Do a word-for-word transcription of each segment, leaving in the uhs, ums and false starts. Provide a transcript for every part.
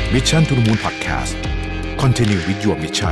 Mission to the Moon Podcast Continue with your mission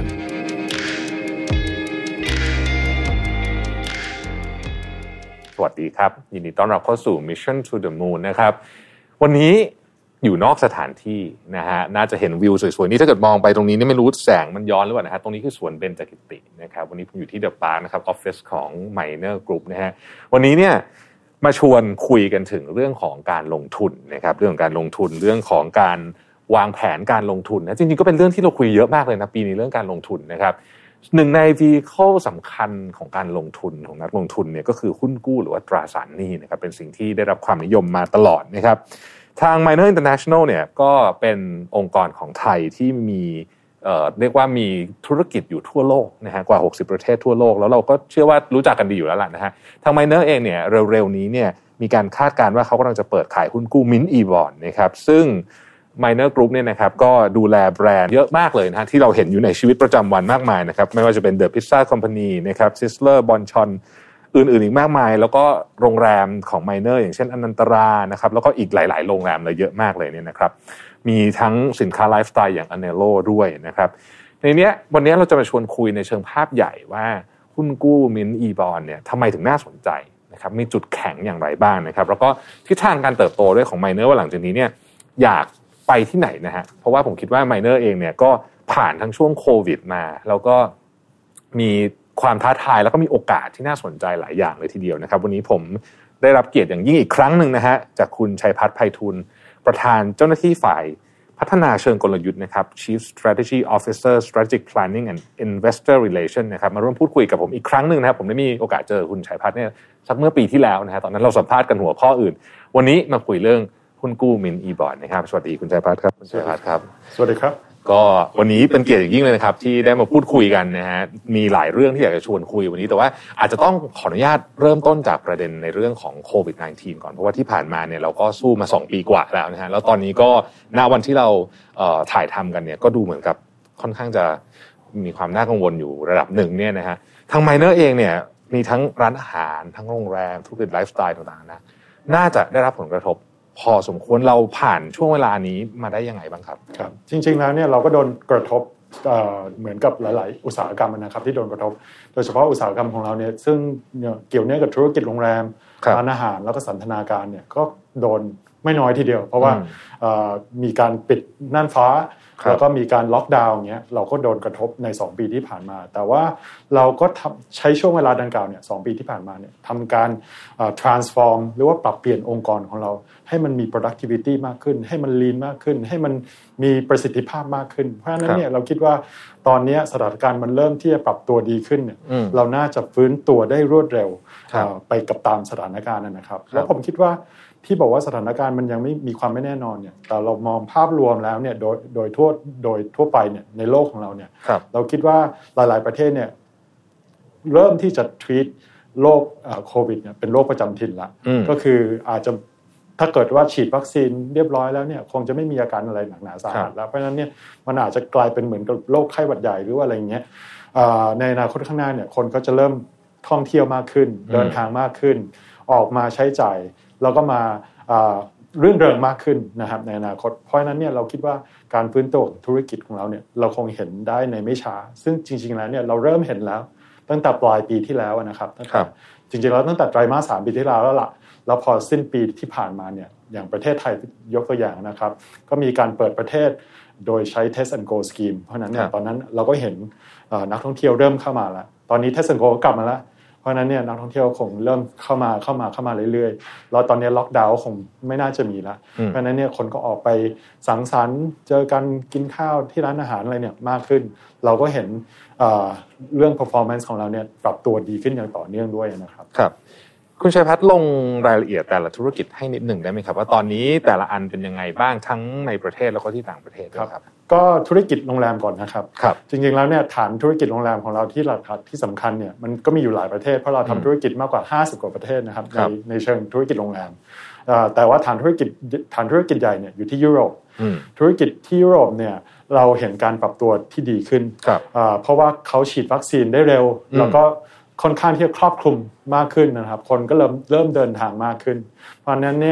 สวัสดีครับยินดีต้อนรับเข้าสู่ Mission to the Moon นะครับวันนี้อยู่นอกสถานที่นะฮะน่าจะเห็นวิวสวยๆนี่ถ้าเกิดมองไปตรงนี้นี่ไม่รู้แสงมันย้อนหรือเปล่านะฮะตรงนี้คือสวนเบญจกิตินะครับวันนี้ผมอยู่ที่เดอะปาร์คนะครับออฟฟิศของ Miner Group นะฮะวันนี้เนี่ยมาชวนคุยกันถึงเรื่องของการลงทุนนะครับเรื่องของการลงทุนเรื่องของการวางแผนการลงทุนนะจริงๆก็เป็นเรื่องที่เราคุยเยอะมากเลยนะปีนี้เรื่องการลงทุนนะครับหนึ่งใน vehicle สำคัญของการลงทุนของนักลงทุนเนี่ยก็คือหุ้นกู้หรือว่าตราสารหนี้นะครับเป็นสิ่งที่ได้รับความนิยมมาตลอดนะครับทาง Miner International เนี่ยก็เป็นองค์กรของไทยที่มีเอ่อเรียกว่ามีธุรกิจอยู่ทั่วโลกนะฮะกว่าหกสิบประเทศทั่วโลกแล้วเราก็เชื่อว่ารู้จักกันดีอยู่แล้วล่ะนะฮะทาง Miner เองเนี่ยเร็วๆนี้เนี่ยมีการคาดการณ์ว่าเขากำลังจะเปิดขายหุ้นกู้ Mint E-Bond นะครับซึ่งMiner Group เนี่ยนะครับก็ดูแลแบรนด์เยอะมากเลยนะฮะที่เราเห็นอยู่ในชีวิตประจำวันมากมายนะครับไม่ว่าจะเป็น The Pizza Company นะครับ Sizzler Bonchon อื่นๆอีกมากมายแล้วก็โรงแรมของ Miner อย่างเช่นอนันตรานะครับแล้วก็อีกหลายๆโรงแรมเลยเยอะมากเลยเนี่ยนะครับมีทั้งสินค้าไลฟ์สไตล์อย่าง Anello ด้วยนะครับในเนี้ยวันนี้เราจะมาชวนคุยในเชิงภาพใหญ่ว่าหุ้นกู้ Mint E-Bond เนี่ยทำไมถึงน่าสนใจนะครับมีจุดแข็งอย่างไรบ้างนะครับแล้วก็ทิศทางการเติบโตด้วยของ Miner ว่าหลังจากนี้เนี่ยอยากไปที่ไหนนะฮะเพราะว่าผมคิดว่า Miner เองเนี่ยก็ผ่านทั้งช่วงโควิดมาแล้วก็มีความท้าทายแล้วก็มีโอกาสที่น่าสนใจหลายอย่างเลยทีเดียวนะครับวันนี้ผมได้รับเกียรติอย่างยิ่งอีกครั้งหนึ่งนะฮะจากคุณชัยพัฒน์ไพฑูรย์ประธานเจ้าหน้าที่ฝ่ายพัฒนาเชิงกลยุทธ์นะครับ Chief Strategy Officer Strategic Planning and Investor Relations นะครับมาร่วมพูดคุยกับผมอีกครั้งหนึ่งนะครับผมได้มีโอกาสเจอคุณชัยพัฒน์เนี่ยสักเมื่อปีที่แล้วนะฮะตอนนั้นเราสัมภาษณ์กันหัวข้ออื่นวันนี้มาคุยเรื่องหุ้นกู้ Mint E-Bond นะครับสวัสดีคุณชัยพัฒน์ครับคุณชัยพัฒน์ครับสวัสดีครับก็วันนี้เป็นเกียรติอย่างยิ่งเลยนะครับที่ได้มาพูดคุยกันนะฮะมีหลายเรื่องที่อยากจะชวนคุยวันนี้แต่ว่าอาจจะต้องขออนุญาตเริ่มต้นจากประเด็นในเรื่องของโควิด สิบเก้า ก่อนเพราะว่าที่ผ่านมาเนี่ยเราก็สู้มาสองปีกว่าแล้วนะฮะแล้วตอนนี้ก็ณวันที่เราเอ่อถ่ายทำกันเนี่ยก็ดูเหมือนกับค่อนข้างจะมีความน่ากังวลอยู่ระดับหนึ่งเนี่ยนะฮะทาง Miner เองเนี่ยมีทั้งร้านอาหารทั้งโรงแรมธุรกิจไลฟ์สไตล์ต่างๆนะน่าจะได้รับผลกระทบพอสมควรเราผ่านช่วงเวลานี้มาได้ยังไงบ้างครับครับจริงๆแล้วเนี่ยเราก็โดนกระทบเอ่อเหมือนกับหลายๆอุตสาหกรรมนะครับที่โดนกระทบโดยเฉพาะอุตสาหกรรมของเราเนี่ยซึ่งเกี่ยวเนื่องกับธุรกิจโรงแรมร้านอาหารแล้วก็สันทนาการเนี่ยก็โดนไม่น้อยทีเดียวเพราะว่ามีการปิดน่านฟ้าแล้วก็มีการล็อกดาวน์อย่างเงี้ยเราก็โดนกระทบในสองปีที่ผ่านมาแต่ว่าเราก็ใช้ช่วงเวลาดังกล่าวเนี่ยสองปีที่ผ่านมาเนี่ยทำการ transform หรือว่าปรับเปลี่ยนองค์กรของเราให้มันมี productivity มากขึ้นให้มัน lean มากขึ้นให้มันมีประสิทธิภาพมากขึ้นเพราะฉะนั้นเนี่ยเราคิดว่าตอนนี้สถานการณ์มันเริ่มที่จะปรับตัวดีขึ้นเนี่ยเราน่าจะฟื้นตัวได้รวดเร็วไปกับตามสถานการณ์นะครับแล้วผมคิดว่าที่บอกว่าสถานการณ์มันยังไม่มีความไม่แน่นอนเนี่ยแต่เรามองภาพรวมแล้วเนี่ยโดยโดยทั่วโดยทั่วไปเนี่ยในโลกของเราเนี่ยเราคิดว่าหลายๆประเทศเนี่ยเริ่มที่จะ treat โรคโควิดเนี่ยเป็นโรคประจำถิ่นละก็คืออาจจะถ้าเกิดว่าฉีดวัคซีนเรียบร้อยแล้วเนี่ยคงจะไม่มีอาการอะไรหนักหนาสาหัสแล้วเพราะฉะนั้นเนี่ยมันอาจจะกลายเป็นเหมือนกับโรคไข้หวัดใหญ่หรือว่าอะไรอย่างเงี้ยในอนาคตข้างหน้าเนี่ยคนก็จะเริ่มท่องเที่ยวมากขึ้นเดินทางมากขึ้นออกมาใช้จ่ายแล้วก็มาเรื่องเริงมากขึ้นนะครับในอนาคตเพราะฉะนั้นเนี่ยเราคิดว่าการฟื้นตัวธุรกิจของเราเนี่ยเราคงเห็นได้ในไม่ช้าซึ่งจริงๆแล้วเนี่ยเราเริ่มเห็นแล้วตั้งแต่ปลายปีที่แล้วนะครับจริงๆแล้วตั้งแต่ไตรมาสสามปีที่แล้วแล้วล่ะแล้วพอสิ้นปีที่ผ่านมาเนี่ยอย่างประเทศไทยยกตัวอย่างนะครับก็มีการเปิดประเทศโดยใช้ Test and Go Scheme เพราะนั้นเนี่ยตอนนั้นเราก็เห็นนักท่องเที่ยวเริ่มเข้ามาแล้วตอนนี้ Test and Go ก็กลับมาแล้วเพราะฉะนั้นเนี่ยนักท่องเที่ยวคงเริ่มเข้ามาเข้ามาเข้ามาเรื่อยๆแล้วตอนนี้ล็อกดาวน์คงไม่น่าจะมีแล้วเพราะฉะนั้นเนี่ยคนก็ออกไปสังสรรค์เจอกันกินข้าวที่ร้านอาหารอะไรเนี่ยมากขึ้นเราก็เห็นเรื่อง performance ของเราเนี่ยปรับตัวดีขึ้นอย่างต่อเนื่องด้วยนะครับครับคุณชัยพัฒน์ลงรายละเอียดแต่ละธุรกิจให้นิดหนึ่งได้ไหมครับว่าตอนนี้แต่ละอันเป็นยังไงบ้างทั้งในประเทศแล้วก็ที่ต่างประเทศครับก็ธุรกิจโรงแรมก่อนนะครับจริงๆแล้วเนี่ยฐานธุรกิจโรงแรมของเราที่หลักๆที่สำคัญเนี่ยมันก็มีอยู่หลายประเทศเพราะเราทำธุรกิจมากกว่าห้าสิบกว่าประเทศนะครับในในเชิงธุรกิจโรงแรมแต่ว่าฐานธุรกิจฐานธุรกิจใหญ่เนี่ยอยู่ที่ยุโรปธุรกิจที่ยุโรปเนี่ยเราเห็นการปรับตัวที่ดีขึ้นเพราะว่าเขาฉีดวัคซีนได้เร็วแล้วก็ค่อนข้างที่จะครอบคลุมมากขึ้นนะครับคนก็เริ่มเริ่มเดินทางมากขึ้นเพราะฉะนั้นเนี่ย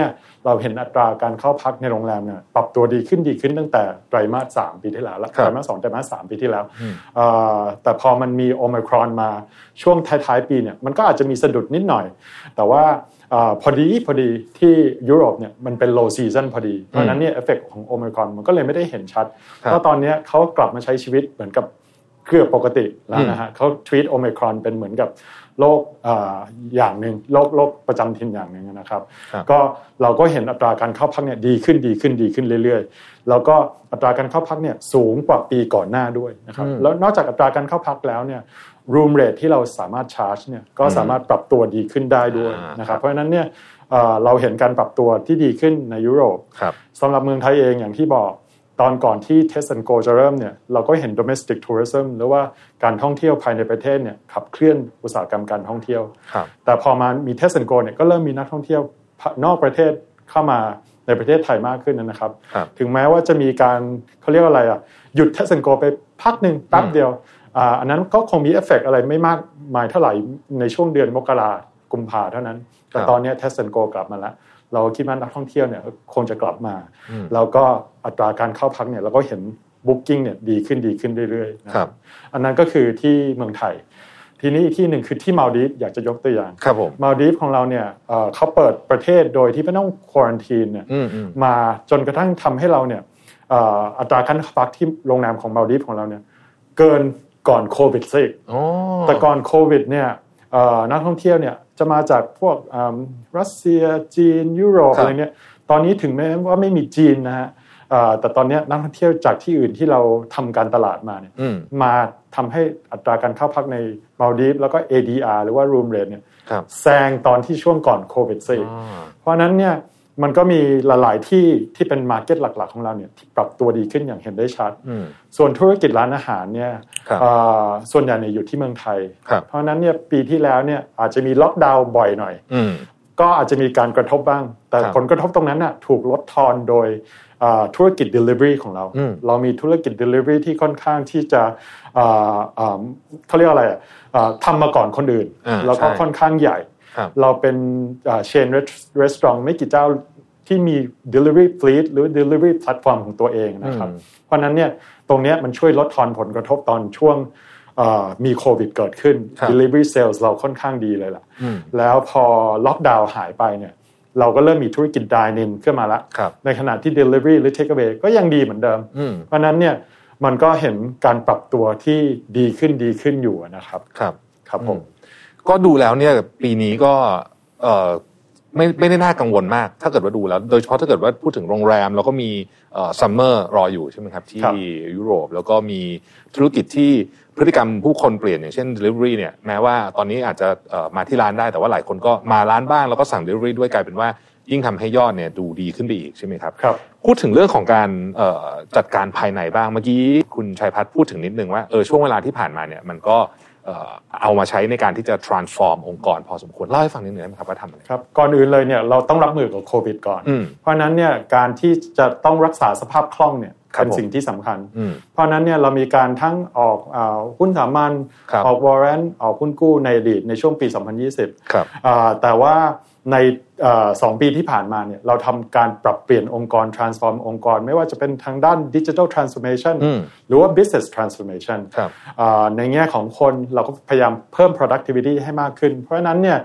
เราเห็นอัตราการเข้าพักในโรงแรมเนี่ยปรับตัวดีขึ้นดีขึ้นตั้งแต่ไตรมาสสามปีที่แล้วแล้วไตรมาสสองไตรมาสสามปีที่แล้วแต่พอมันมีโอไมครอนมาช่วงท้ายๆปีเนี่ยมันก็อาจจะมีสะดุดนิดหน่อยแต่ว่าพอดีพอดีที่ยุโรปเนี่ยมันเป็น low season พอดีเพราะนั้นเนี่ยเอฟเฟกต์ของโอไมครอนมันก็เลยไม่ได้เห็นชัดเพราะตอนนี้เขากลับมาใช้ชีวิตเหมือนกับเกือบปกติแล้วนะฮะเขาทวีตโอไมครอนเป็นเหมือนกับโรคอย่างหนึ่งโรคโรคประจำถิ่นอย่างหนึ่งนะครับก็เราก็เห็นอัตราการเข้าพักเนี่ยดีขึ้นดีขึ้นดีขึ้นเรื่อยๆแล้วก็อัตราการเข้าพักเนี่ยสูงกว่าปีก่อนหน้าด้วยนะครับแล้วนอกจากอัตราการเข้าพักแล้วเนี่ยroom rate ที่เราสามารถชาร์จเนี่ยก็สามารถปรับตัวดีขึ้นได้ด้วยนะครับเพราะฉะนั้นเนี่ยเราเห็นการปรับตัวที่ดีขึ้นในยุโรปสำหรับเมืองไทยเองอย่างที่บอกตอนก่อนที่ Test and Go จะเริ่มเนี่ยเราก็เห็น domestic tourism หรือว่าการท่องเที่ยวภายในประเทศเนี่ยขับเคลื่อนอุตสาหกรรมการท่องเที่ยวแต่พอมามี Test and Go เนี่ยก็เริ่มมีนักท่องเที่ยวนอกประเทศเข้ามาในประเทศไทยมากขึ้นนะครับถึงแม้ว่าจะมีการเขาเรียกอะไรอ่ะหยุด Test and Go ไปพักนึงแป๊บเดียวอันนั้นก็คงมีเอฟเฟกต์อะไรไม่มากมายเท่าไหร่ในช่วงเดือนมกราคมกุมภาเท่านั้นแต่ตอนนี้ Test and Go กลับมาแล้วเราคิดว่านักท่องเที่ยวเนี่ยคงจะกลับมาแล้วก็อัตราการเข้าพักเนี่ยเราก็เห็น Booking เนี่ยดีขึ้นดีขึ้นเรื่อยๆนะครับอันนั้นก็คือที่เมืองไทยทีนี้อีกที่หนึ่งคือที่มาลดีฟอยากจะยกตัวอย่างครับผมมาลดีฟของเราเนี่ยเขาเปิดประเทศโดยที่ไม่ต้องควอรันทีนเนี่ยมาจนกระทั่งทำให้เราเนี่ยอัตราการเข้าพักที่โรงแรมของมาลดีฟของเราเนี่ยเกินก่อนโควิดซะอีกแต่ก่อนโควิดเนี่ยนักท่องเที่ยวเนี่ยจะมาจากพวกรัสเซียจีนยุโรปอะไรเนี่ยตอนนี้ถึงแม้ว่าไม่มีจีนนะฮะแต่ตอนนี้นักท่องเที่ยวจากที่อื่นที่เราทำการตลาดมาเนี่ยมาทำให้อัตราการเข้าพักในมาลดีฟแล้วก็ เอ ดี อาร์ หรือว่า room rate เนี่ยแซงตอนที่ช่วงก่อนโควิดซะอีกเพราะนั้นเนี่ยมันก็มีหลายๆที่ที่เป็นมาร์เก็ตหลักๆของเราเนี่ยที่ปรับตัวดีขึ้นอย่างเห็นได้ชัดส่วนธุรกิจร้านอาหารเนี่ยส่วนใหญ่เนี่ยอยู่ที่เมืองไทยเพราะนั้นเนี่ยปีที่แล้วเนี่ยอาจจะมีล็อกดาวน์บ่อยหน่อยก็อาจจะมีการกระทบบ้างแต่ผลกระทบตรงนั้นน่ะถูกลดทอนโดยธุรกิจ delivery ของเราเรามีธุรกิจ delivery ที่ค่อนข้างที่จะเขาเรียกอะไรอ่ะทำมาก่อนคนอื่นแล้วก็ค่อนข้างใหญ่เราเป็นเชนรีสอร์ทไม่กี่เจ้าที่มี delivery fleet หรือ delivery platform ของตัวเองนะครับเพราะนั้นเนี่ยตรงนี้มันช่วยลดทอนผลกระทบตอนช่วงมีโควิดเกิดขึ้น delivery sales เราค่อนข้างดีเลยล่ะแล้วพอล็อกดาวน์หายไปเนี่ยเราก็เริ่มมีธุรกิจ dine-in ขึ้นมาแล้วในขณะที่ delivery หรือ take away ก็ยังดีเหมือนเดิมเพราะนั้นเนี่ยมันก็เห็นการปรับตัวที่ดีขึ้นดีขึ้นอยู่นะครับครับครับผมก็ดูแล้วเนี่ยปีนี้ก็เอ่อไม่ไม่ได้น่ากังวลมากถ้าเกิดว่าดูแล้วโดยเฉพาะถ้าเกิดว่าพูดถึงโรงแรมแล้วก็มีเอ่อซัมเมอร์รออยู่ใช่ไหมครับที่ยุโรปแล้วก็มีธุรกิจที่พฤติกรรมผู้คนเปลี่ยนอย่างเช่น delivery เนี่ยแม้ว่าตอนนี้อาจจะเอ่อมาที่ร้านได้แต่ว่าหลายคนก็มาร้านบ้างแล้วก็สั่ง delivery ด้วยกลายเป็นว่ายิ่งทำให้ยอดเนี่ยดูดีขึ้นไปอีกใช่ไหมครับครับพูดถึงเรื่องของการเอ่อจัดการภายในบ้างเมื่อกี้คุณชัยพัฒน์พูดถึงนิดนึงว่าเออช่วงเวลาที่ผ่านมาเนี่ยมันก็เอามาใช้ในการที่จะ transform องค์กรพอสมควรเล่าให้ฟังนิดนึงได้ไหมครับว่าทำอะไรครับก่อนอื่นเลยเนี่ยเราต้องรับมือกับโควิดก่อนเพราะนั้นเนี่ยการที่จะต้องรักษาสภาพคล่องเนี่ยเป็นสิ่งที่สำคัญเพราะนั้นเนี่ยเรามีการทั้งออกหุ้นสามัญออกวอร์เรนต์ออกหุ้นกู้ในอดีตในช่วงปีสองพันยี่สิบแต่ว่าในสองปีที่ผ่านมาเนี่ยเราทำการปรับเปลี่ยนองค์กร transform องค์กรไม่ว่าจะเป็นทางด้าน digital transformation หรือว่า business transformation ในแง่ของคนเราก็พยายามเพิ่ม productivity ให้มากขึ้นเพราะฉะนั้นเนี่ย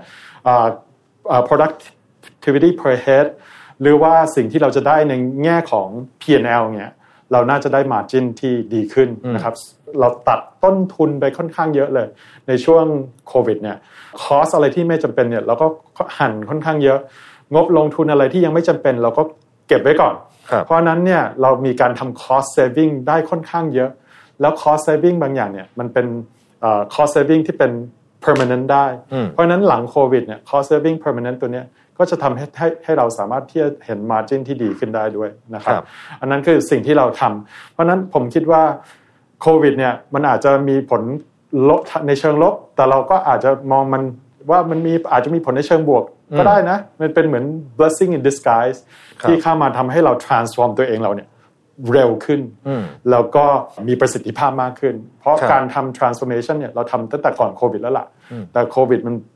productivity per head หรือว่าสิ่งที่เราจะได้ในแง่ของ พี แอนด์ แอล เนี่ยเราน่าจะได้ margin ที่ดีขึ้นนะครับเราตัดต้นทุนไปค่อนข้างเยอะเลยในช่วงโควิดเนี่ยคอสอะไรที่ไม่จำเป็นเนี่ยเราก็หั่นค่อนข้างเยอะงบลงทุนอะไรที่ยังไม่จำเป็นเราก็เก็บไว้ก่อนเพราะนั้นเนี่ยเรามีการทำ cost saving ได้ค่อนข้างเยอะแล้ว cost saving บางอย่างเนี่ยมันเป็น cost saving ที่เป็น permanent ได้เพราะนั้นหลังโควิดเนี่ย cost saving permanent ตัวเนี้ยก็จะทำให้ให้ให้เราสามารถที่จะเห็น margin ที่ดีขึ้นได้ด้วยนะครับอันนั้นคือสิ่งที่เราทำเพราะนั้นผมคิดว่าโควิดเนี่ยมันอาจจะมีผลลบในเชิงลบแต่เราก็อาจจะมองมันว่ามันมีอาจจะมีผลในเชิงบวกก็ได้นะมันเป็นเหมือน blessing in disguise ที่เข้ามาทำให้เรา transform ตัวเองเราเนี่ยเร็วขึ้นแล้วก็มีประสิทธิภาพมากขึ้นเพราะการทำ transformation เนี่ยเราทำตั้งแต่ก่อนโควิดแล้วล่ะแต่โควิดมัน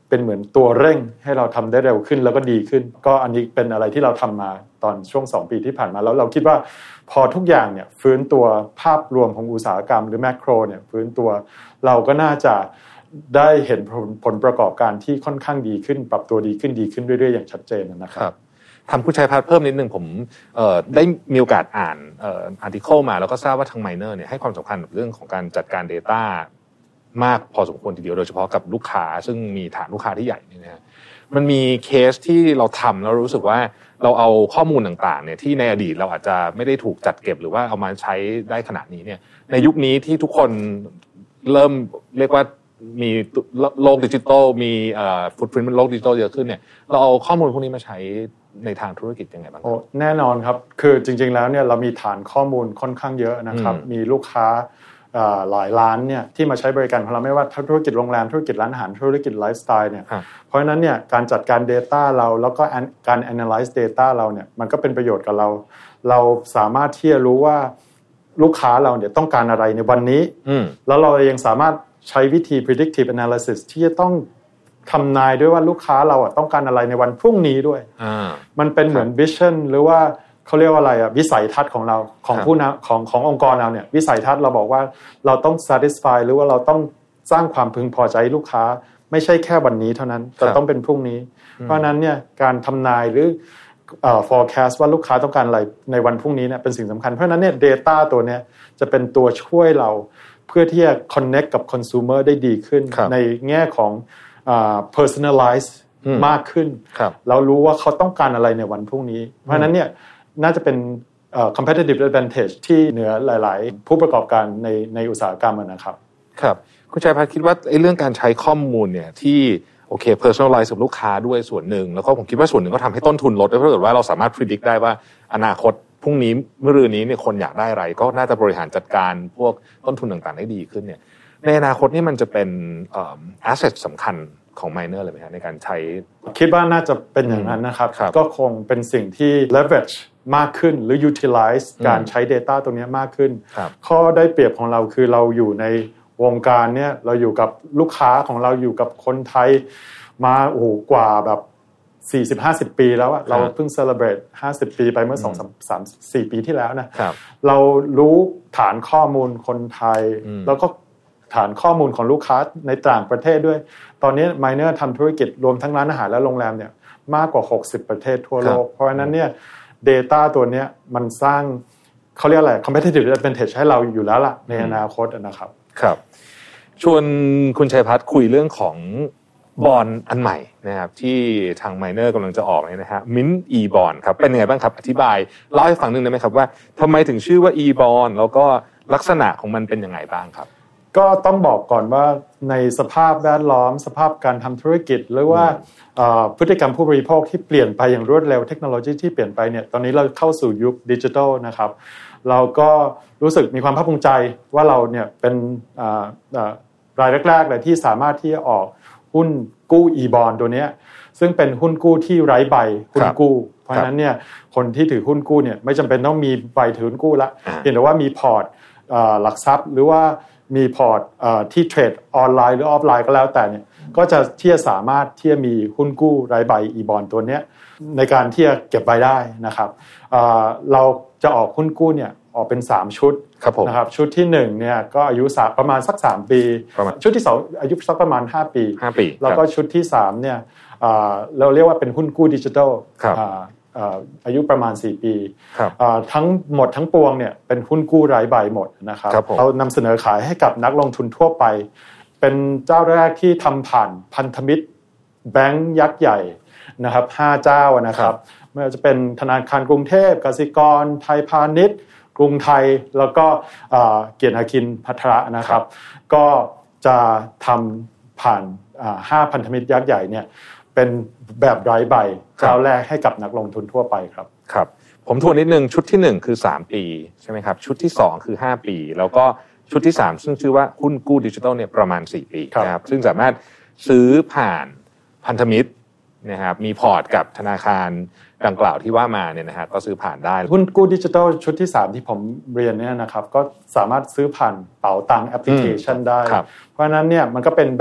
เป็นเหมือนตัวเร่งให้เราทำได้เร็วขึ้นแล้วก็ดีขึ้นก็อันนี้เป็นอะไรที่เราทำมาตอนช่วงสองปีที่ผ่านมาแล้วเราคิดว่าพอทุกอย่างเนี่ยฟื้นตัวภาพรวมของอุตสาหกรรมหรือแมคโครเนี่ยฟื้นตัวเราก็น่าจะได้เห็นผลประกอบการที่ค่อนข้างดีขึ้นปรับตัวดีขึ้นดีขึ้นเรื่อยๆอย่างชัดเจนนะครับทำคุณชัยพัฒน์เพิ่มนิดนึงผมได้มีโอกาสอ่านอาร์ติเคิลมาแล้วก็ทราบว่าทาง Miner เนี่ยให้ความสำคัญกับเรื่องของการจัดการ data มากพอสมควรทีเดียวโดยเฉพาะกับลูกค้าซึ่งมีฐานลูกค้าที่ใหญ่นี่นะมันมีเคสที่เราทำแล้วรู้สึกว่าเราเอาข้อมูลต่างๆเนี่ยที่ในอดีตเราอาจจะไม่ได้ถูกจัดเก็บหรือว่าเอามาใช้ได้ขนาดนี้เนี่ยในยุคนี้ที่ทุกคนเริ่มเรียกว่ามีโลกดิจิทัลมีเอ่อฟุตพริ้นท์มันโลกดิจิทัลเยอะขึ้นเนี่ยเราเอาข้อมูลพวกนี้มาใช้ในทางธุรกิจยังไงบ้างครับโอ้แน่นอนครับคือจริงๆแล้วเนี่ยเรามีฐานข้อมูลค่อนข้างเยอะนะครับมีลูกค้าหลายล้านเนี่ยที่มาใช้บริการของเราไม่ว่าธุรกิจโรงแรมธุรกิจร้านอาหารธุรกิจไลฟ์สไตล์เนี่ยเพราะฉะนั้นเนี่ยการจัดการ data เราแล้วก็การ analyze data เราเนี่ยมันก็เป็นประโยชน์กับเราเราสามารถที่จะรู้ว่าลูกค้าเราเนี่ยต้องการอะไรในวันนี้แล้วเรายังสามารถใช้วิธี predictive analysis ที่จะต้องทำนายด้วยว่าลูกค้าเราอ่ะต้องการอะไรในวันพรุ่งนี้ด้วยมันเป็นเหมือน vision หรือว่าเขาเรียกว่าอะไรอ่ะวิสัยทัศน์ของเราของผู้นำของขององค์กรเราเนี่ยวิสัยทัศน์เราบอกว่าเราต้อง satisfy หรือว่าเราต้องสร้างความพึงพอใจลูกค้าไม่ใช่แค่วันนี้เท่านั้นแต่ต้องเป็นพรุ่งนี้เพราะนั้นเนี่ยการทำนายหรือเอ่อ forecast ว่าลูกค้าต้องการอะไรในวันพรุ่งนี้เนี่ยเป็นสิ่งสำคัญเพราะนั้นเนี่ย data ตัวเนี้ยจะเป็นตัวช่วยเราเพื่อที่จะ connect กับ consumer ได้ดีขึ้นในแง่ของอ่า personalize มากขึ้นเรารู้ว่าเขาต้องการอะไรในวันพรุ่งนี้เพราะนั้นเนี่ยน่าจะเป็นเอ่อ competitive advantage ที่เหนือหลายๆผู้ประกอบการในในอุตสาหกรรมนะครับครับคุณชัยพัฒน์คิดว่าไอ้เรื่องการใช้ข้อมูลเนี่ยที่โอเค personalize กับลูกค้าด้วยส่วนหนึ่งแล้วก็ผมคิดว่าส่วนหนึ่งก็ทำให้ต้นทุนลดด้วยเพราะเกิดว่าเราสามารถ predict ได้ว่าอนาคตพรุ่งนี้เมื่อรืนนี้เนี่ยคนอยากได้อะไรก็น่าจะบริหารจัดการพวกต้นทุนต่างๆได้ดีขึ้นเนี่ยในอนาคตนี่มันจะเป็นเอ่อ asset สำคัญของ Miner เลยไหมครับในการใช้คิดว่าน่าจะเป็นอย่างนั้นนะครับก็คงเป็นสิ่งที่ leverage มากขึ้นหรือ utilize การใช้ data ตรงนี้มากขึ้นข้อได้เปรียบของเราคือเราอยู่ในวงการเนี่ยเราอยู่กับลูกค้าของเราอยู่กับคนไทยมาโอ้โหกว่าแบบสี่สิบ ห้าสิบปีแล้วอะเราเพิ่ง celebrate ห้าสิบปีไปเมื่อสอง สาม สี่ปีที่แล้วนะเรารู้ฐานข้อมูลคนไทยแล้วก็ฐานข้อมูลของลูกค้าในต่างประเทศด้วยตอนนี้ Miner ทำธุรกิจรวมทั้งร้านอาหารและโรงแรมเนี่ยมากกว่าหกสิบประเทศทั่วโลกเพราะฉะนั้นเนี่ย data ตัวเนี้ยมันสร้างเขาเรียกอะไร competitive advantage ให้เราอยู่แล้วล่ะในอนาคตนะครับครับชวนคุณชัยพัฒน์คุยเรื่องของบอนด์อันใหม่นะครับที่ทาง Miner กำลังจะออกเนี่ยนะฮะ Mint E-Bond ครับเป็นยังไงบ้างครับอธิบายเล่าให้ฟังนิดนึงได้ไหมครับว่าทำไมถึงชื่อว่า E-Bond แล้วก็ลักษณะของมันเป็นยังไงบ้างครับก็ต้องบอกก่อนว่าในสภาพแวดล้อมสภาพการทำธุรกิจหรือว่าพฤติกรรมผู้บริโภคที่เปลี่ยนไปอย่างรวดเร็วเทคโนโลยีที่เปลี่ยนไปเนี่ยตอนนี้เราเข้าสู่ยุคดิจิทัลนะครับเราก็รู้สึกมีความภาคภูมิใจว่าเราเนี่ยเป็นรายแรกๆเลยที่สามารถที่จะออกหุ้นกู้ E-Bond ตัวนี้ซึ่งเป็นหุ้นกู้ที่ไร้ใบหุ้นกู้เพราะฉะนั้นเนี่ยคนที่ถือหุ้นกู้เนี่ยไม่จำเป็นต้องมีใบถือหุ้นกู้ละเพียงแต่ว่ามีพอร์ตหลักทรัพย์หรือว่ามีพอร์ตที่เทรดออนไลน์หรือออฟไลน์ก็แล้วแต่เนี่ยก็จะที่จะสามารถที่จะมีหุ้นกู้รายใบ E-Bond ตัวนี้ในการที่จะเก็บไว้ได้นะครับเราจะออกหุ้นกู้เนี่ยออกเป็นสามชุดนะครับชุดที่หนึ่งเนี่ยก็อายุประมาณสักสามปีชุดที่สองอายุสักประมาณห้าปีแล้วก็ชุดที่สามเนี่ยเราเรียกว่าเป็นหุ้นกู้ดิจิทัลอายุประมาณสี่ปีทั้งหมดทั้งปวงเนี่ยเป็นหุ้นกู้รายใบหมดนะครับเรานำเสนอขายให้กับนักลงทุนทั่วไปเป็นเจ้าแรกที่ทำผ่านพันธมิตรแบงก์ยักษ์ใหญ่นะครับห้าเจ้านะครับไม่ว่าจะเป็นธนาคารกรุงเทพกสิกรไทยพาณิชย์กรุงไทยแล้วก็เกียรติอาคินภัทระนะครับก็จะทำผ่านห้าพันธมิตรยักษ์ใหญ่เนี่ยเป็นแบบรายใบเจ้าแรกให้กับนักลงทุนทั่วไปครับครับผมทวนนิดนึงชุดที่หนึ่งคือสามปีใช่ไหมครับชุดที่สองคือห้าปีแล้วก็ชุดที่สามซึ่งชื่อว่าหุ้นกู้ดิจิทัลเนี่ยประมาณสี่ปีนะครับซึ่งสามารถซื้อผ่านพันธมิตรนะครับมีพอร์ตกับธนาคารดังกล่าวที่ว่ามาเนี่ยนะฮะก็ซื้อผ่านได้หุ้นกู้ดิจิทัลชุดที่สามที่ผมเรียนเนี่ยนะครับก็สามารถซื้อผ่านเป๋าตังแอปพลิเคชันได้เพราะฉะนั้นเนี่ยมันก็เป็นแบบ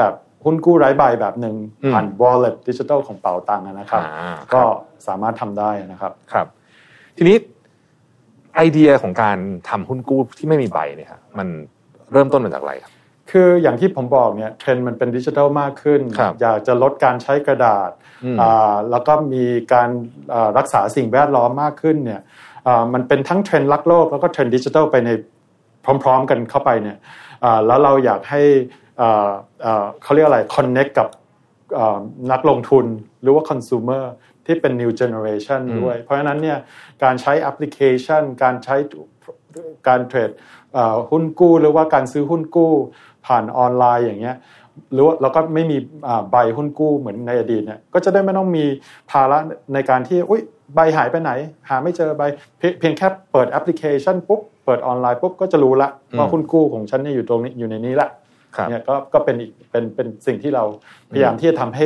หุ้นกู้ไร้ใบแบบหนึ่งผ่าน wallet digital ของเป๋าตังค์นะครับก็สามารถทำได้นะครับครับทีนี้ไอเดียของการทำหุ้นกู้ที่ไม่มีใบเนี่ยครับมันเริ่มต้นมาจากอะไรครับคืออย่างที่ผมบอกเนี่ยเทรนด์มันเป็นดิจิทัลมากขึ้นอยากจะลดการใช้กระดาษแล้วก็มีการรักษาสิ่งแวดล้อมมากขึ้นเนี่ยมันเป็นทั้งเทรนด์รักโลกแล้วก็เทรนด์ดิจิทัลไปในพร้อมๆกันเข้าไปเนี่ยแล้วเราอยากให้เขาเรียกอะไร connect กับนักลงทุนหรือว่า consumer ที่เป็น new generation ด้วยเพราะฉะนั้นเนี่ยการใช้แอปพลิเคชันการใช้การเทรดหุ้นกู้หรือว่าการซื้อหุ้นกู้ผ่านออนไลน์อย่างเงี้ยหรือว่าเราก็ไม่มีใบหุ้นกู้เหมือนในอดีตเนี่ยก็จะได้ไม่ต้องมีภาระในการที่อุ๊ยใบหายไปไหนหาไม่เจอใบเพียงแค่เปิดแอปพลิเคชันปุ๊บเปิดออนไลน์ปุ๊บก็จะรู้ละว่าหุ้นกู้ของฉันเนี่ยอยู่ตรงนี้อยู่ในนี้ละเนี่ยก็ก็เป็นอีกเป็นเป็นสิ่งที่เราพยายามที่จะทำให้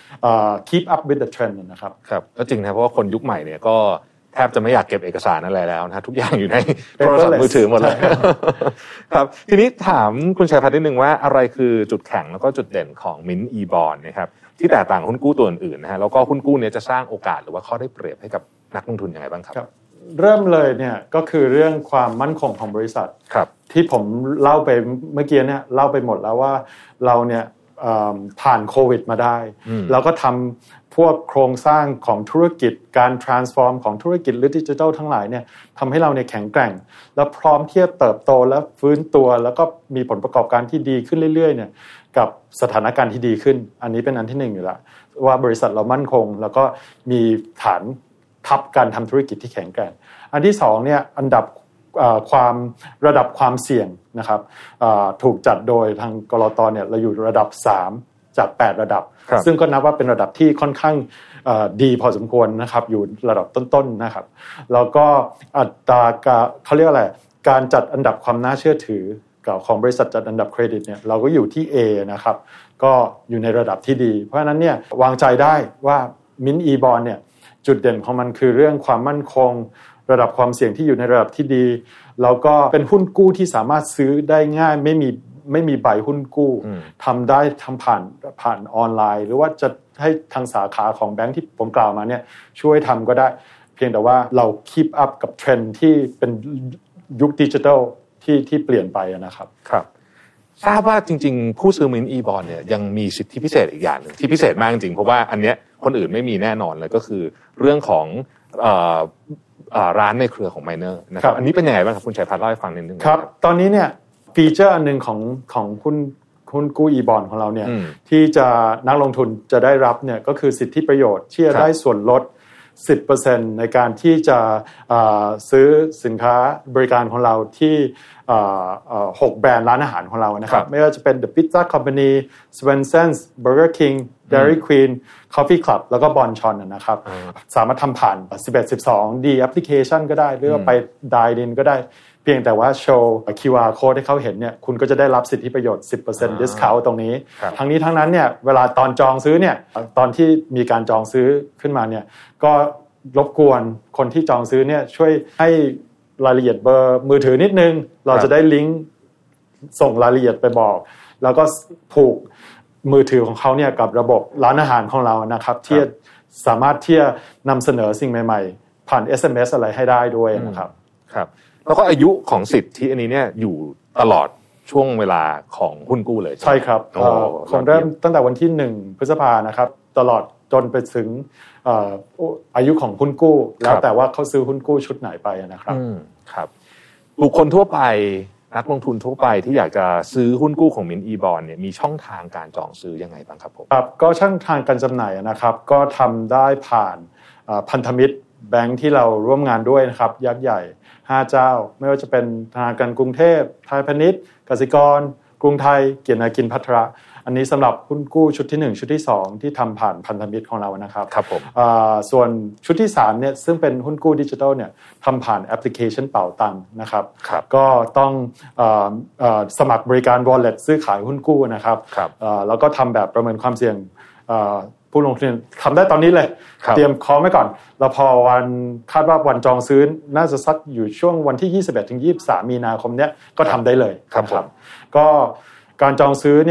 keep up with the trend นะครับครับก็จริงนะเพราะว่าคนยุคใหม่เนี่ยก็แทบจะไม่อยากเก็บเอกสารอะไรแล้วนะทุกอย่างอยู่ในโทรศัพท์มือถือหมดเลยครับทีนี้ถามคุณชัยพัฒน์นิดนึงว่าอะไรคือจุดแข็งแล้วก็จุดเด่นของ Mint eBond นะครับที่แตกต่างหุ้นกู้ตัวอื่นๆนะฮะแล้วก็หุ้นกู้เนี่ยจะสร้างโอกาสหรือว่าข้อได้เปรียบให้กับนักลงทุนยังไงบ้างครับเริ่มเลยเนี่ยก็คือเรื่องความมั่นคงของบริษัทที่ผมเล่าไปเมื่อกี้เนี่ยเล่าไปหมดแล้วว่าเราเนี่ยผ่านโควิดมาได้แล้วก็ทำพวกโครงสร้างของธุรกิจการ transform ของธุรกิจหรือดิจิทัลทั้งหลายเนี่ยทำให้เราเนี่ยแข็งแกร่งและพร้อมที่จะเติบโตและฟื้นตัวแล้วก็มีผลประกอบการที่ดีขึ้นเรื่อยๆเนี่ยกับสถานการณ์ที่ดีขึ้นอันนี้เป็นอันที่หนึ่งอยู่แล้วว่าบริษัทเรามั่นคงแล้วก็มีฐานทับการทำธุรกิจที่แข็งแกร่งอันที่สองเนี่ยอันดับความระดับความเสี่ยงนะครับถูกจัดโดยทางกลตเนี่ยเราอยู่ระดับสามจากแปดระดับซึ่งก็นับว่าเป็นระดับที่ค่อนข้างดีพอสมควรนะครับอยู่ระดับต้นๆนะครับแล้วก็อัตราเขาเรียกอะไรการจัดอันดับความน่าเชื่อถือของบริษัทจัดอันดับเครดิตเนี่ยเราก็อยู่ที่ A นะครับก็อยู่ในระดับที่ดีเพราะฉะนั้นเนี่ยวางใจได้ว่า Mint eBond เนี่ยจุดเด่นของมันคือเรื่องความมั่นคงระดับความเสี่ยงที่อยู่ในระดับที่ดีแล้วก็เป็นหุ้นกู้ที่สามารถซื้อได้ง่ายไม่มีไม่มีใบหุ้นกู้ทำได้ทำผ่านผ่านออนไลน์หรือว่าจะให้ทางสาขาของแบงค์ที่ผมกล่าวมาเนี่ยช่วยทำก็ได้เพียงแต่ว่าเรา keep up กับเทรนด์ที่เป็นยุคดิจิทัลที่ที่เปลี่ยนไปนะครับครับทราบว่าจริงๆผู้ซื้อ Mint eBond เนี่ยยังมีสิทธิพิเศษอีกอย่างนึงที่พิเศษมากจริงเพราะว่าอันเนี้ยคนอื่นไม่มีแน่นอนเลยก็คือเรื่องของเอ่อร้านในเครือของ Miner นะครับอันนี้เป็นยังไงบ้างครับคุณชัยพัฒน์เล่าให้ฟังนิดนึงครับตอนนี้เนี่ยฟีเจอร์อันนึงของของหุ้นหุ้นกู้ eBond ของเราเนี่ยที่จะนักลงทุนจะได้รับเนี่ยก็คือสิทธิประโยชน์ที่จะได้ส่วนลด สิบเปอร์เซ็นต์ ในการที่จะซื้อสินค้าบริการของเราที่หกแบรนด์ร้านอาหารของเรานะครับไม่ว่าจะเป็น The Pizza Company, Swensen's, Burger King, Dairy Queen, Coffee Club แล้วก็ Bonchon นะครับสามารถทำผ่านสิบเอ็ด สิบสอง D application ก็ได้หรือว่าไป Dine In ก็ได้เพียงแต่ว่าโชว์ คิว อาร์ Code ให้เขาเห็นเนี่ยคุณก็จะได้รับสิทธิประโยชน์ สิบเปอร์เซ็นต์ discount ตรงนี้ทั้งนี้ทั้งนั้นเนี่ยเวลาตอนจองซื้อเนี่ยตอนที่มีการจองซื้อขึ้นมาเนี่ยก็รบกวนคนที่จองซื้อเนี่ยช่วยให้รายละเอียดเบอร์มือถือนิดนึงเราจะได้ลิงก์ส่งรายละเอียดไปบอกแล้วก็ผูกมือถือของเขาเนี่ยกับระบบร้านอาหารของเรานะครับที่สามารถที่จะนำเสนอสิ่งใหม่ๆผ่าน เอส เอ็ม เอส อะไรให้ได้ด้วยนะครับครับแล้วก็อายุของสิทธิอันนี้เนี่ยอยู่ตลอดช่วงเวลาของหุ้นกู้เลยใช่ครับคงเริ่มตั้งแต่วันที่หนึ่งพฤษภานะครับตลอดจนไปถึงอายุของหุ้นกู้แล้วแต่ว่าเขาซื้อหุ้นกู้ชุดไหนไปนะครับครับบุคคลทั่วไปนักลงทุนทั่วไปที่อยากจะซื้อหุ้นกู้ของ Mint eBond เนี่ยมีช่องทางการจองซื้อยังไงบ้างครับผมครับก็ช่องทางการจำหน่ายนะครับก็ทำได้ผ่านพันธมิตรแบงค์ที่เราร่วมงานด้วยนะครับยักษ์ใหญ่ห้าเจ้าไม่ว่าจะเป็นธนาคารกรุงเทพไทยพาณิชย์กสิกรกรุงไทยเกียรตินาคินภัทระอันนี้สำหรับหุ้นกู้ชุดที่หนึ่งชุดที่สองที่ทำผ่านพันธมิตรของเรานะครับครับผมส่วนชุดที่สามเนี่ยซึ่งเป็นหุ้นกู้ดิจิทัลเนี่ยทำผ่านแอปพลิเคชันเป๋าตังค์นะครับก็ต้องสมัครบริการ wallet ซื้อขายหุ้นกู้นะครับแล้วก็ทำแบบประเมินความเสี่ยงผู้ลงทุนทำได้ตอนนี้เลยเตรียมคอมไว้ก่อนแล้วพอวันคาดว่าวันจองซื้อน่าจะสักอยู่ช่วงวันที่ยี่สิบเอ็ดถึงยี่สิบสามมีนาคมเนี้ยก็ทำได้เลยครับผมก็การจองซื้อเนี่ย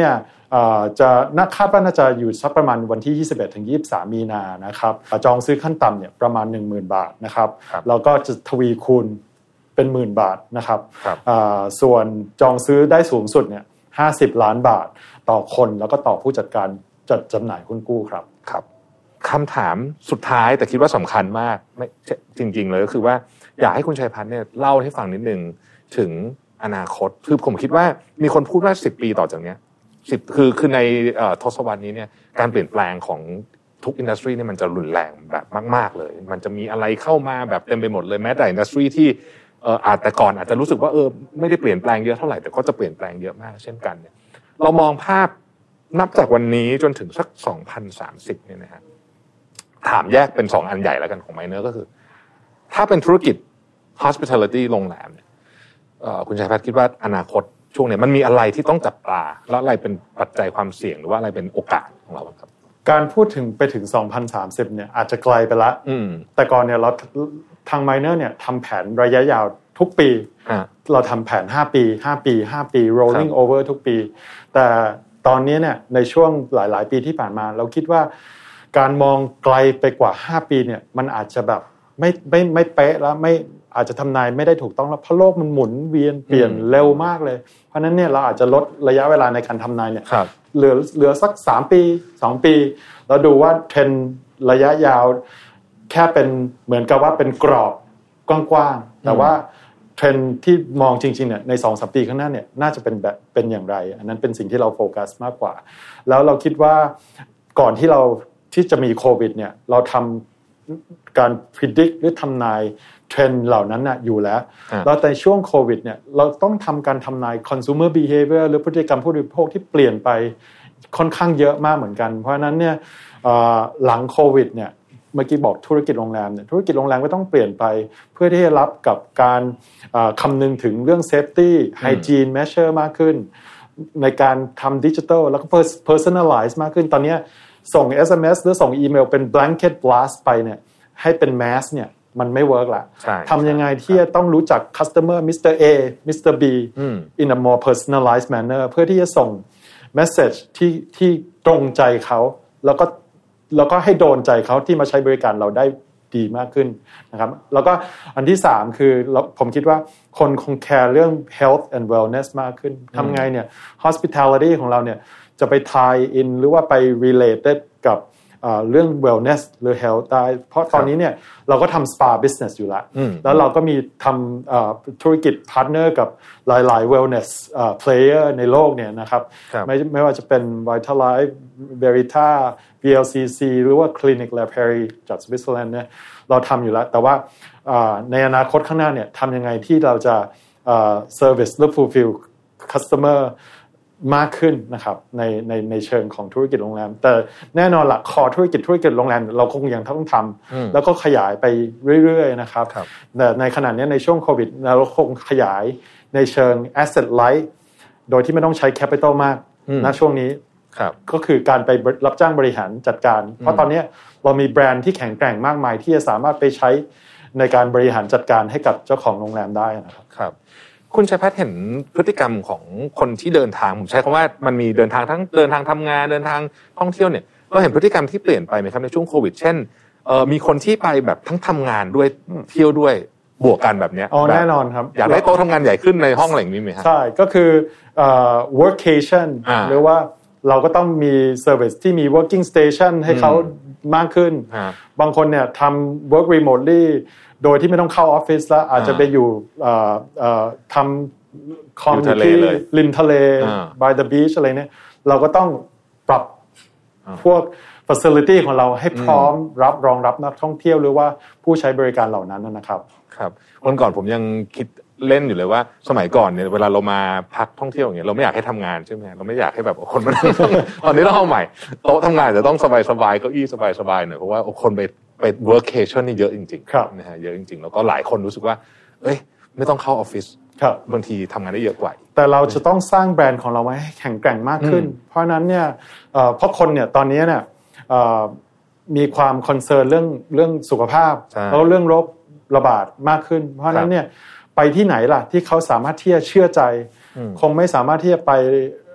จะน่าคาดว่าน่าจะอยู่สักประมาณวันที่ยี่สิบเอ็ดถึงยี่สิบสามมีนานะครับจองซื้อขั้นต่ำเนี่ยประมาณ หนึ่งหมื่น บาทนะครับแล้วก็จะทวีคูณเป็นหมื่นบาทนะครับส่วนจองซื้อได้สูงสุดเนี่ยห้าสิบล้านบาทต่อคนแล้วก็ต่อผู้จัดการจัดจำหน่ายหุ้นกู้ครับครับคำถามสุดท้ายแต่คิดว่าสำคัญมากไม่จริงๆเลยก็คือว่าอยากให้คุณชัยพัฒน์เนี่ยเล่าให้ฟังนิดนึงถึงอนาคตคือผมคิดว่ามีคนพูดว่าสิบปีต่อจากเนี้ยสิบคือคือในทศวรรษนี้เนี่ยการเปลี่ยนแปลงของทุกอินดัสทรีเนี่ยมันจะรุนแรงแบบมากๆเลยมันจะมีอะไรเข้ามาแบบเต็มไปหมดเลยแม้แต่อินดัสทรีที่เอ่ออาจแต่ก่อนอาจจะรู้สึกว่าเออไม่ได้เปลี่ยนแปลงเยอะเท่าไหร่แต่ก็จะเปลี่ยนแปลงเยอะมากเช่นกันเนี่ยเรามองภาพนับจากวันนี้จนถึงสักสองพันสามสิบเนี่ยนะฮะถามแยกเป็นสองอันใหญ่แล้วกันของไมเนอร์ก็คือถ้าเป็นธุรกิจ hospitality โรงแรมเนี่ยเอ่อคุณชัยพัฒน์คิดว่าอนาคตช่วงนี้มันมีอะไรที่ต้องจับตาแล้วอะไรเป็นปัจจัยความเสี่ยงหรือว่าอะไรเป็นโอกาสของเราครับการพูดถึงไปถึงสองพันสามสิบเนี่ยอาจจะไกลไปละแต่ก่อนเนี่ยเราทาง Miner เนี่ยทำแผนระยะยาวทุกปีเราทำแผนห้าปีห้าปีห้าปี rolling over ทุกปีแต่ตอนนี้เนี่ยในช่วงหลายๆปีที่ผ่านมาเราคิดว่าการมองไกลไปกว่าห้าปีเนี่ยมันอาจจะแบบไม่ไม่ไม่เป๊ะแล้วไม่อาจจะทำนายไม่ได้ถูกต้องแล้วเพราะโลกมันหมุนเวียนเปลี่ยนเร็วมากเลยเพราะนั้นเนี่ยเราอาจจะลดระยะเวลาในการทำนายเนี่ยเหลือเหลือสักสามปีสองปีแล้วดูว่าเทรนด์ระยะยาวแค่เป็นเหมือนกับว่าเป็นกรอบกว้างๆแต่ว่าเทรนด์ที่มองจริงๆเนี่ยใน สองถึงสาม ปีข้างหน้าเนี่ยน่าจะเป็นแบบเป็นอย่างไรอันนั้นเป็นสิ่งที่เราโฟกัสมากกว่าแล้วเราคิดว่าก่อนที่เราที่จะมีโควิดเนี่ยเราทำการ predict หรือทำนายเทรนด์เหล่านั้นน่ะอยู่แล้วแล้วในช่วงโควิดเนี่ยเราต้องทำการทำนาย consumer behavior หรือพฤติกรรมผู้บริโภคที่เปลี่ยนไปค่อนข้างเยอะมากเหมือนกันเพราะฉะนั้นเนี่ยหลังโควิดเนี่ยเมื่อกี้บอกธุรกิจโรงแรมเนี่ยธุรกิจโรงแรมก็ต้องเปลี่ยนไปเพื่อที่จะรับกับการคำนึงถึงเรื่อง safety hygiene measure มากขึ้นในการทำดิจิทัลแล้วก็ personalize มากขึ้นตอนนี้ส่ง เอส เอ็ม เอส หรือส่งอีเมลเป็น blanket blast ไปเนี่ยให้เป็น mass เนี่ยมันไม่เวิร์กละทำยังไงที่จะต้องรู้จัก customer มิสเตอร์ A มิสเตอร์ B in a more personalized manner เพื่อที่จะส่ง message ที่ที่ตรงใจเขาแล้วก็แล้วก็ให้โดนใจเขาที่มาใช้บริการเราได้ดีมากขึ้นนะครับแล้วก็อันที่สามคือผมคิดว่าคนคงแคร์เรื่อง health and wellness มากขึ้นทำไงเนี่ย hospitality ของเราเนี่ยจะไป tie in หรือว่าไป related กับเรื่อง wellness หรือ health ได้เพราะตอนนี้เนี่ยเราก็ทำ spa business อยู่แล้วแล้วเราก็มีทำธุรกิจ partner กับหลายๆ wellness player ในโลกเนี่ยนะครับไม่ไม่ว่าจะเป็น Vitalife Verita บี แอล ซี ซี หรือว่า Clinic La Prairie จากสวิตเซอร์แลนด์เนี่ยเราทำอยู่แล้วแต่ว่าในอนาคตข้างหน้าเนี่ยทำยังไงที่เราจะ service หรือ fulfill customerมากขึ้นนะครับในในในเชิงของธุรกิจโรงแรมแต่แน่นอนละคอธุรกิจธุรกิจโรงแรมเราคงยังต้องทำแล้วก็ขยายไปเรื่อยๆนะครับแต่ในขณะนี้ในช่วงโควิดเราคงขยายในเชิง asset light โดยที่ไม่ต้องใช้ capital มากณช่วงนี้ก็คือการไปรับจ้างบริหารจัดการเพราะตอนนี้เรามีแบรนด์ที่แข็งแกร่งมากมายที่จะสามารถไปใช้ในการบริหารจัดการให้กับเจ้าของโรงแรมได้นะครับคุณชัยพัฒน์เห็นพฤติกรรมของคนที่เดินทางผมใช้คำว่ามันมีเดินทางทั้งเดินทางทำงานเดินทางท่องเที่ยวเนี่ยเราเห็นพฤติกรรมที่เปลี่ยนไปไหมครับในช่วงโควิดเช่นเอ่อมีคนที่ไปแบบทั้งทำงานด้วยเที่ยวด้วยบวกกันแบบเนี้ยอ๋อแน่นอนครับอยากได้โต๊ะทำงานใหญ่ขึ้นในห้องอะไรอย่างนี้ไหมครับใช่ก็คือเอ่อ workcation หรือว่าเราก็ต้องมี service ที่มี working station ให้เขามากขึ้นบางคนเนี่ยทำ work remotely โดยที่ไม่ต้องเข้าออฟฟิศแล้วอาจจะไปอยู่ทำคอมอยู่ที่ริมทะเล by the beach อะไรเนี่ยเราก็ต้องปรับพวก facility ของเราให้พร้อมรับรองรับนักท่องเที่ยวหรือว่าผู้ใช้บริการเหล่านั้นนะครับครับวันก่อนผมยังคิดเล่นอยู่เลยว่าสมัยก่อนเนี่ยเวลาเรามาพักท่องเที่ยวอย่างเงี้ยเราไม่อยากให้ทำงานใช่ไหมเราไม่อยากให้แบบคนมาตอนนี้เราเอาใหม่โต๊ะทำงานจะต้องสบายๆเก้าอี้สบายๆหน่อยเพราะว่าคนไปไป workation นี่เยอะจริงๆนะฮะเยอะจริงๆแล้วก็หลายคนรู้สึกว่าเอ้ยไม่ต้องเข้าออฟฟิศบางทีทำงานได้เยอะกว่าแต่เราจะต้องสร้างแบรนด์ของเราไว้ให้แข็งแกร่งมากขึ้นเพราะนั้นเนี่ยเพราะคนเนี่ยตอนนี้เนี่ยมีความคอนเซิร์นเรื่องเรื่องสุขภาพแล้วเรื่องโรคระบาดมากขึ้นเพราะนั้นเนี่ยไปที่ไหนล่ะที่เขาสามารถที่จะเชื่อใจคงไม่สามารถที่จะไป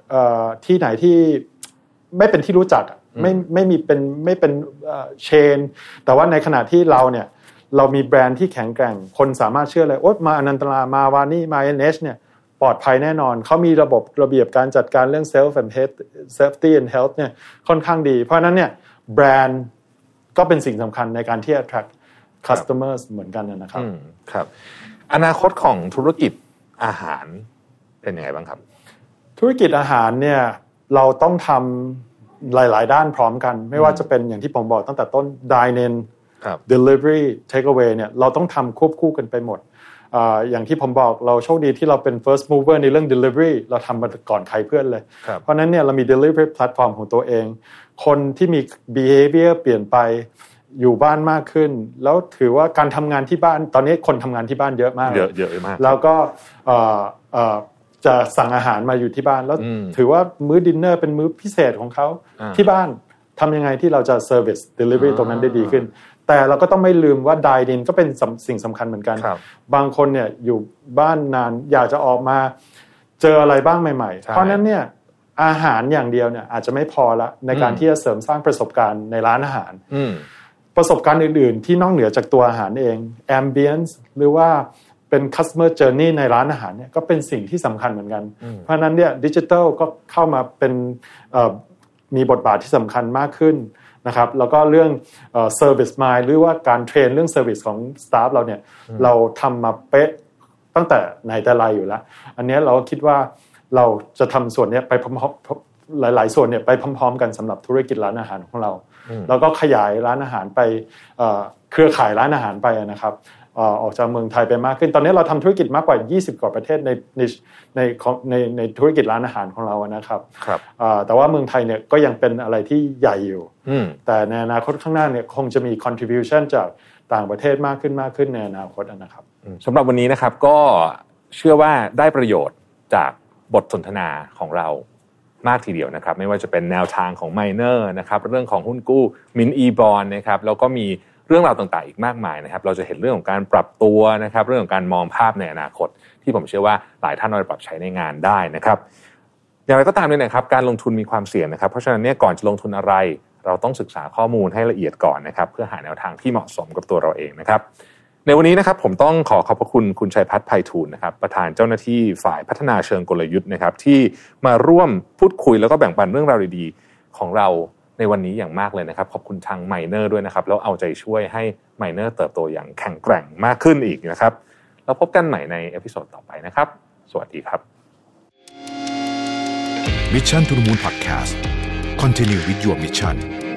ที่ไหนที่ไม่เป็นที่รู้จักไม่ไม่มีเป็นไม่เป็นเชนแต่ว่าในขณะที่เราเนี่ยเรามีแบรนด์ที่แข็งแกร่งคนสามารถเชื่อเลยโอ๊ยมาอนันตรามาวานี่มา เอ็น เอช เนี่ยปลอดภัยแน่นอนเขามีระบบระเบียบการจัดการเรื่อง self and health safety and health เนี่ยค่อนข้างดีเพราะฉะนั้นเนี่ยแบรนด์ก็เป็นสิ่งสำคัญในการที่ attract customers เหมือนกันนะครับครับอนาคตของธุรกิจอาหารเป็นยังไงบ้างครับธุรกิจอาหารเนี่ยเราต้องทำหลายๆด้านพร้อมกันไม่ว่าจะเป็นอย่างที่ผมบอกตั้งแต่ต้น dine in delivery take away เนี่ยเราต้องทำควบคู่กันไปหมด อ, อย่างที่ผมบอกเราโชคดีที่เราเป็น first mover ในเรื่อง delivery เราทำมาก่อนใครเพื่อนเลยเพราะนั้นเนี่ยเรามี delivery platform ของตัวเองคนที่มี behavior เปลี่ยนไปอยู่บ้านมากขึ้นแล้วถือว่าการทำงานที่บ้านตอนนี้คนทำงานที่บ้านเยอะมากเยอะเยอะมากแล้วก็จะสั่งอาหารมาอยู่ที่บ้านแล้วถือว่ามื้อดินเนอร์เป็นมื้อพิเศษของเขาที่บ้านทำยังไงที่เราจะ service delivery ตรงนั้นได้ดีขึ้นแต่เราก็ต้องไม่ลืมว่า dine in ก็เป็นสิ่งสำคัญเหมือนกันบางคนเนี่ยอยู่บ้านนานอยากจะออกมาเจออะไรบ้างใหม่ๆเพราะนั้นเนี่ยอาหารอย่างเดียวเนี่ยอาจจะไม่พอละในการที่จะเสริมสร้างประสบการณ์ในร้านอาหารประสบการณ์อื่นๆที่นอกเหนือจากตัวอาหารเอง ambience หรือว่าเป็น customer journey ในร้านอาหารเนี่ยก็เป็นสิ่งที่สำคัญเหมือนกันเพราะฉะนั้นเนี่ยดิจิทัลก็เข้ามาเป็นมีบทบาทที่สำคัญมากขึ้นนะครับแล้วก็เรื่องเอ่อ service mind หรือว่าการเทรนเรื่อง service ของ staff เราเนี่ยเราทำมาเป๊ะตั้งแต่ไหนแต่ไรอยู่แล้วอันนี้เราคิดว่าเราจะทำส่วนนี้ไปพร้อมๆหลายๆส่วนเนี่ยไปพร้อมๆกันสำหรับธุรกิจร้านอาหารของเราแล้วก็ขยายร้านอาหารไปเครือข่ายร้านอาหารไปนะครับออกจากเมืองไทยไปมากขึ้นตอนนี้เราทำธุรกิจมากกว่ายี่สิบกว่าประเทศในในในในในธุรกิจร้านอาหารของเรานะครับครับแต่ว่าเมืองไทยเนี่ยก็ยังเป็นอะไรที่ใหญ่อยู่แต่ในอนาคตข้างหน้าเนี่ยคงจะมี contribution จากต่างประเทศมากขึ้นมากขึ้นในอนาคตนะครับสำหรับวันนี้นะครับก็เชื่อว่าได้ประโยชน์จากบทสนทนาของเรามากทีเดียวนะครับไม่ว่าจะเป็นแนวทางของ Miner นะครับเรื่องของหุ้นกู้ Mint E-Bond นะครับแล้วก็มีเรื่องราวต่างๆอีกมากมายนะครับเราจะเห็นเรื่องของการปรับตัวนะครับเรื่องของการมองภาพในอนาคตที่ผมเชื่อว่าหลายท่านเอาไปปรับใช้ในงานได้นะครับอย่างไรก็ตามเลยนะครับการลงทุนมีความเสี่ยงนะครับเพราะฉะนั้นเนี่ยก่อนจะลงทุนอะไรเราต้องศึกษาข้อมูลให้ละเอียดก่อนนะครับเพื่อหาแนวทางที่เหมาะสมกับตัวเราเองนะครับในวันนี้นะครับผมต้องขอขอบพระคุณคุณชัยพัฒน์ไพฑูรย์นะครับประธานเจ้าหน้าที่ฝ่ายพัฒนาเชิงกลยุทธ์นะครับที่มาร่วมพูดคุยแล้วก็แบ่งปันเรื่องราวดีๆของเราในวันนี้อย่างมากเลยนะครับขอบคุณทาง Miner ด้วยนะครับแล้วเอาใจช่วยให้ Miner เติบโตอย่างแข็งแกร่งมากขึ้นอีกนะครับแล้วพบกันใหม่ในเอพิโซดต่อไปนะครับสวัสดีครับ Mission to the Moon Podcast Continue with your mission